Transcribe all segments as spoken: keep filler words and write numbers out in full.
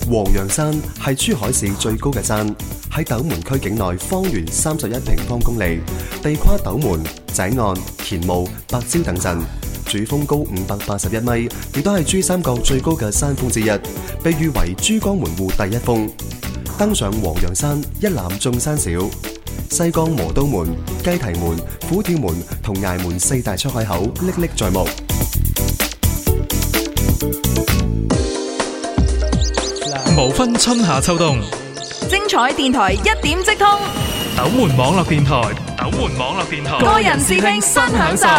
黃楊山係珠海市最高嘅山，喺斗門區境內，方圓三十一平方公里，地跨斗門、井岸、乾務、白蕉等鎮，主峰高五百八十一米，亦都係珠三角最高嘅山峰之一，被譽為珠江門戶第一峰。登上黃楊山，一覽眾山小，西江磨刀門、雞啼門、虎跳門同崖門四大出海口歷歷在目。 無分春夏秋冬， 精彩電台一點即通。 斗門網絡電台，斗門網絡電台， 個人視聽新享受。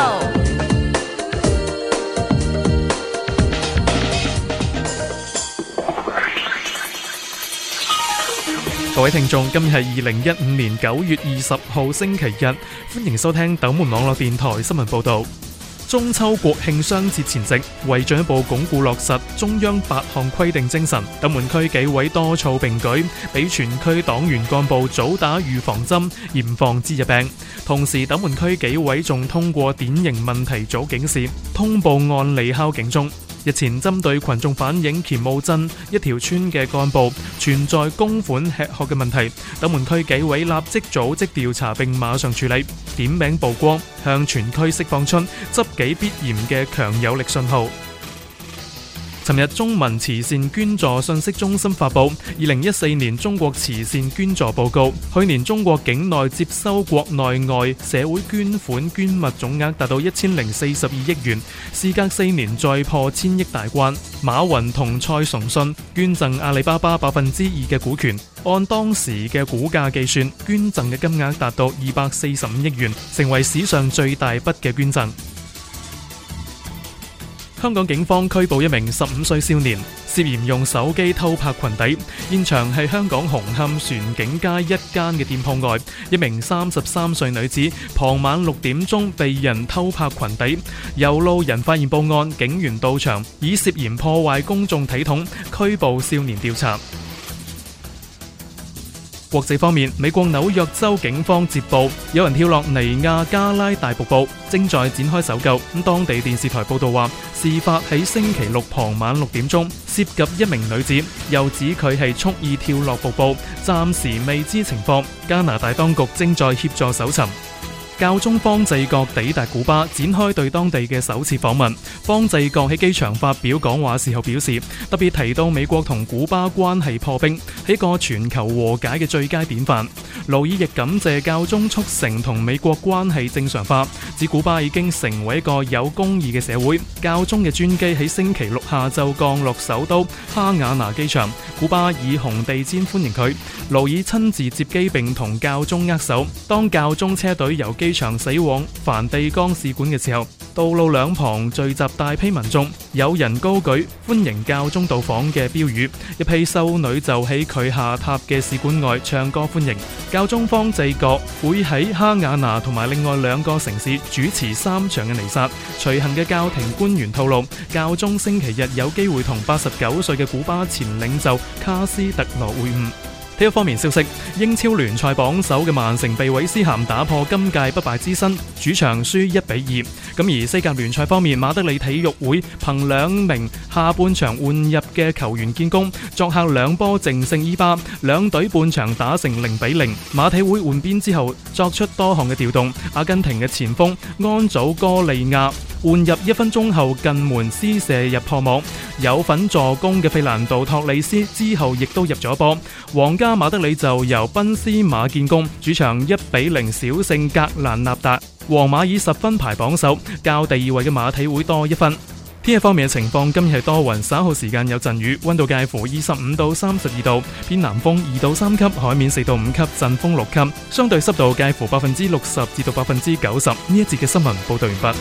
各位聽眾，今日係二零一五年九月二十號星期日，歡迎收聽斗門網絡電台新聞報道。中秋國慶雙節前夕，為進一步鞏固落實中央八項規定精神，斗門區紀委多措並舉，俾全區黨員幹部早打預防針，嚴防節日病。同時，斗門區紀委仲通過典型問題組警示，通報案例敲警鐘。日前針對群眾反映乾務鎮一條村嘅幹部存在公款吃喝嘅問題，斗門區紀委立即組織調查並馬上處理，點名曝光，向全區釋放出執紀必嚴嘅強有力信號。尋日，中文慈善捐助信息中心發布二零一四年中國慈善捐助報告。去年中國境內接收國內外社會捐款捐物總額達到一千零四十二億元，事隔四年再破千億大關。馬雲同蔡崇信捐贈阿里巴巴百分之二嘅股權，按當時嘅股價計算，捐贈嘅金額達到二百四十五億元，成為史上最大筆嘅捐贈。香港警方拘捕一名十五歲少年，涉嫌用手機偷拍裙底。現場係香港紅磡船景街一間嘅店鋪外，一名三十三歲女子傍晚六點鐘被人偷拍裙底，有路人發現報案，警員到場，以涉嫌破壞公眾體統拘捕少年調查。國際方面，美國紐約州警方接報有人跳落尼亞加拉大瀑布，正在展開搜救。咁當地電視台報道話，事發喺星期六傍晚六點鐘，涉及一名女子，又指佢係蓄意跳落瀑布，暫時未知情況。加拿大當局正在協助搜尋。教宗方濟各抵達古巴，展開對當地嘅首次訪問。方濟各喺機場發表講話時候表示，特別提到美國同古巴關係破冰，係一個全球和解嘅最佳典範。勞爾亦感謝教宗促成同美國關係正常化，指古巴已經成為一個有公義嘅社會。教宗嘅專機喺星期六下晝降落首都哈瓦那機場，古巴以紅地毯歡迎佢。勞爾親自接機並同教宗握手。當教宗車隊由機場駛往梵蒂岡使館嘅時候，道路兩旁聚集大批民眾，有人高舉歡迎教宗到訪嘅標語，一批修女就喺佢下榻嘅使館外唱歌歡迎。教宗方濟各會喺哈瓦那同埋另外兩個城市主持三場嘅彌撒。隨行嘅教廷官員透露，教宗星期日有機會同八十九歲嘅古巴前領袖卡斯特羅會晤。體育方面消息，英超聯賽榜首嘅曼城被韋斯咸打破今屆不敗之身，主場輸一比二。咁而西甲聯賽方面，馬德里體育會憑兩名下半場換入嘅球員建功，作客兩波淨勝伊巴，兩隊半場打成零比零。馬體會換邊之後作出多項嘅調動，阿根廷嘅前鋒安祖哥利亞換入一分鐘後近門施射入破網，有份助攻嘅費蘭道托里斯之後亦都入咗波。皇家馬德里就由賓斯馬建功，主場一比零小勝格蘭納達，皇馬以十分排榜首，較第二位嘅馬體會多一分。天氣方面嘅情況，今日係多雲，稍後時間有陣雨，溫度介乎二十五到三十二度，偏南風二到三級，海面四到五級，陣風六級，相對濕度介乎百分之六十至到百分之九十。呢一節嘅新聞報道完畢。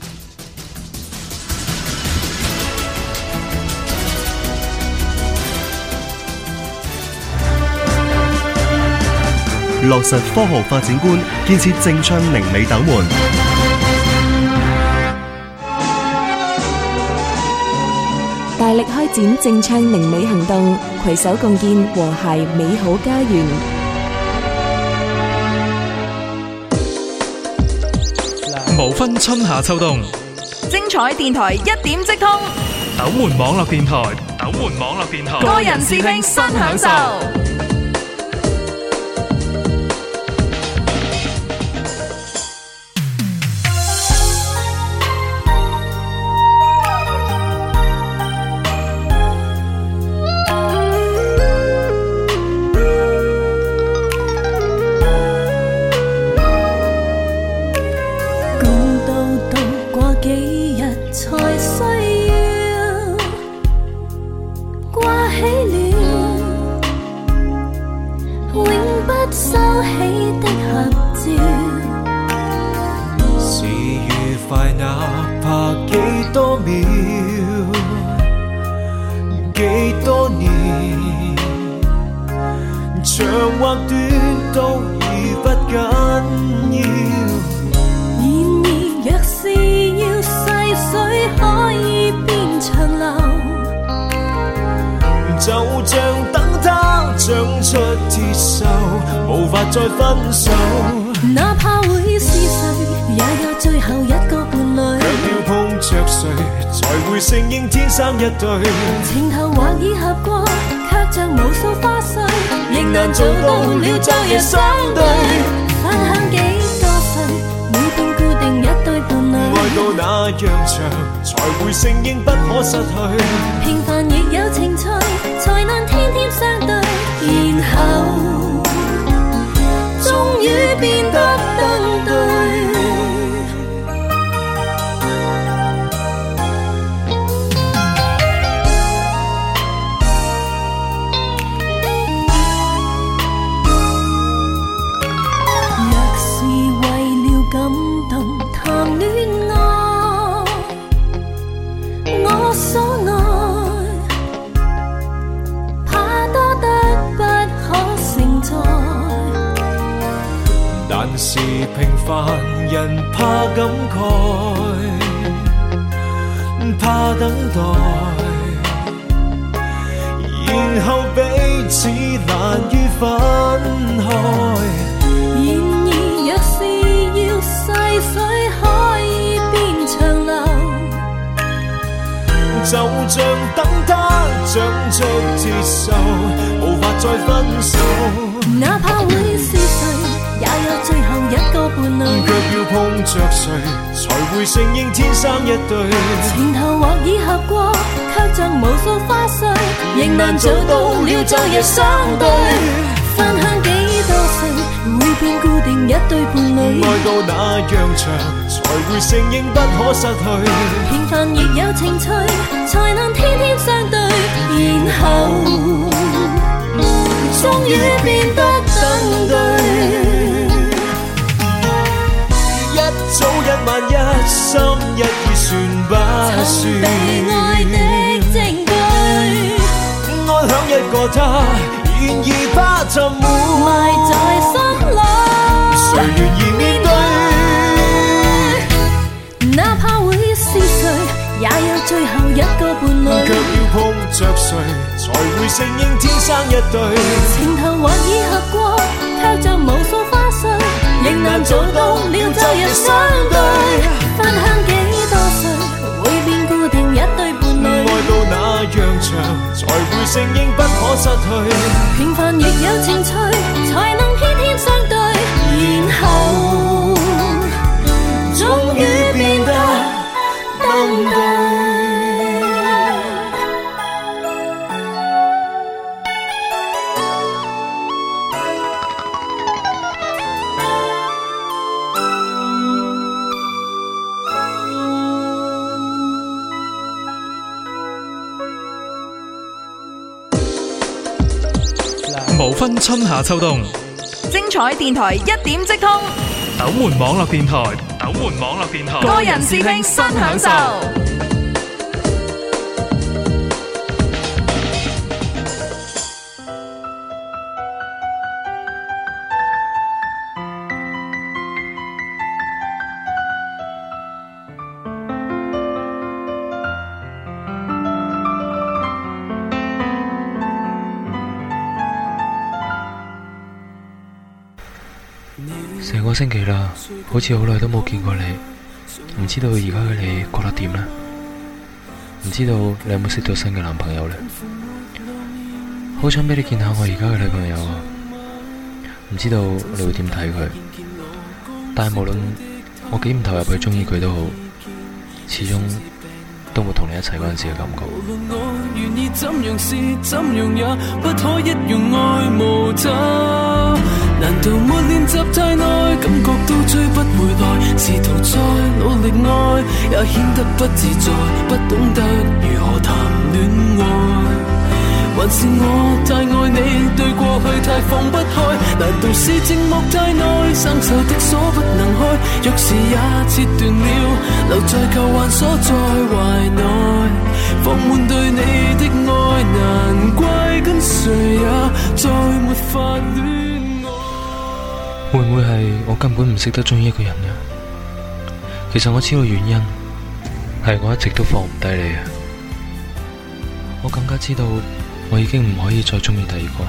落實科學發展觀，建設正昌寧美斗門。 大力開展正昌寧美行動，攜手共建和諧美好家園。 無分春夏秋冬， 精彩電台一點即通。 斗門網絡電台，斗斗門網絡電台， 個人視聽新享受。 再分手，哪怕會是誰，也有最後一個伴侶。 若要碰着誰，才會承認天生一對。 情投或已合過，卻像無數花絮，仍難做到了晝夜相對。分享幾多歲，每變固定一對伴侶。 愛到那樣長，才會承認不可失去。 平凡亦有情趣，才能天天相對。然後終於變得登對，若是為了感動談戀愛，我所愛怕多得不可承載。 但是平凡人怕感慨，怕等待，然後彼此難於分開。 然而若是要細水可以變長流， 就像等它長出鐵鏽，無法再分手。 哪怕會是誰，也有最後一個伴侶， 卻要碰着誰，才會承認天生一對。 情投或已合過，卻像無數花絮，仍難做到了晝夜相對。分享幾多歲，會變固定一對伴侶。 愛到那樣長，才會承認不可失去。 平凡亦有情趣，才能天天相對。然後終於變得登對。 早一晚一心一意算不算被愛的證據， 安享一個他，然而怕沉沒埋在心裏， 誰願意面對？ 哪怕會是誰，也有最後一個伴侶， 卻要碰着誰，才會承認天生一對。 情投或已合過，卻像無數花絮，仍難做到了晝夜相對。分享幾多歲，會變固定一對伴侶。 愛到那樣長，才會承認不可失去。 平凡亦有情趣，才能天天相對。然後終於變得登對。 無分春夏秋冬， 精彩電台一點即通。 斗門網絡電台，斗門網絡電台， 個人視聽新享受。 成個星期啦，好似好耐都冇見過你，唔知道而家嘅你過得點呢？ 唔知道你有冇識到新嘅男朋友呢？好想俾你見下我而家嘅女朋友啊！唔知道你會點睇佢，但係無論我幾唔投入去中意佢都好，始終都冇同你一齊嗰陣時嘅感覺。 無論我願意怎樣試怎樣也不可一樣愛無責。難道沒練習太耐，感覺都追不回來？試圖再努力愛，也顯得不自在，不懂得如何談戀愛。還是我太愛你，對過去太放不開？難道是寂寞太耐，生鏽的鎖不能開？鑰匙也切斷了，留在舊患鎖在懷內，放滿對你的愛，難怪跟誰也再沒法戀愛。 會唔會係我根本唔識得鍾意一個人呢？其實我知道原因係我一直都放唔低你啊！我更加知道我已經唔可以再鍾意第二個。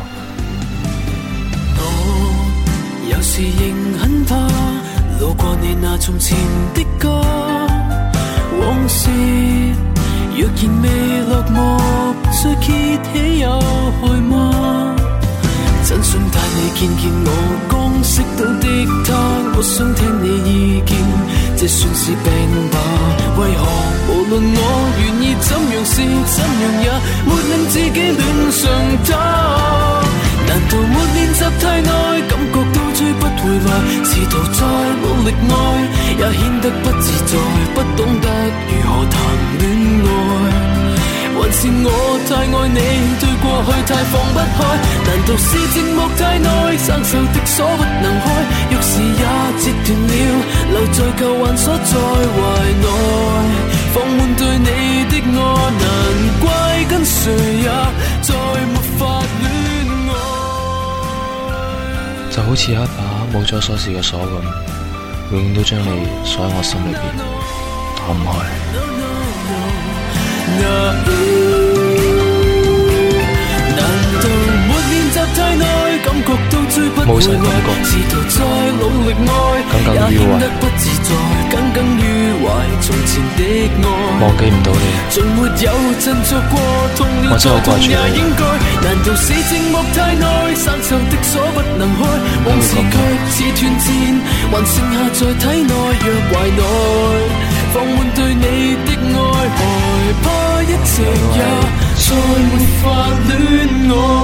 我有時仍很怕路過你那從前的家，往事若然未落幕，再揭起有害嗎？真想帶你見見我剛識到的他，我想聽你意見，這算是病吧？為何無論我願意怎樣試怎樣也沒令自己戀上他？難道沒練習太耐，感覺都追不回來？試圖再努力愛，也顯得不自在，不懂得如何談戀愛。還是我太愛你，對過去太放不開？難道是寂寞太耐，生鏽的鎖不能開？鑰匙也折斷了，留在舊患鎖在懷內，放滿對你的愛，難怪跟誰也再沒法戀愛。 就好似有一把冇咗鎖匙嘅鎖咁，永遠都將你鎖喺我心裏邊，打唔開。 難道沒練習太耐，感覺都追不回來？試圖再努力愛，也顯得不自在，耿耿於懷從前的愛。 忘記唔到你， 從沒有振作過，痛了再痛也應該。難道是寂寞太耐，生鏽的鎖不能開？往事卻似斷線，還剩下在體內若懷內，放滿對你的愛，害怕一直也再沒法戀愛。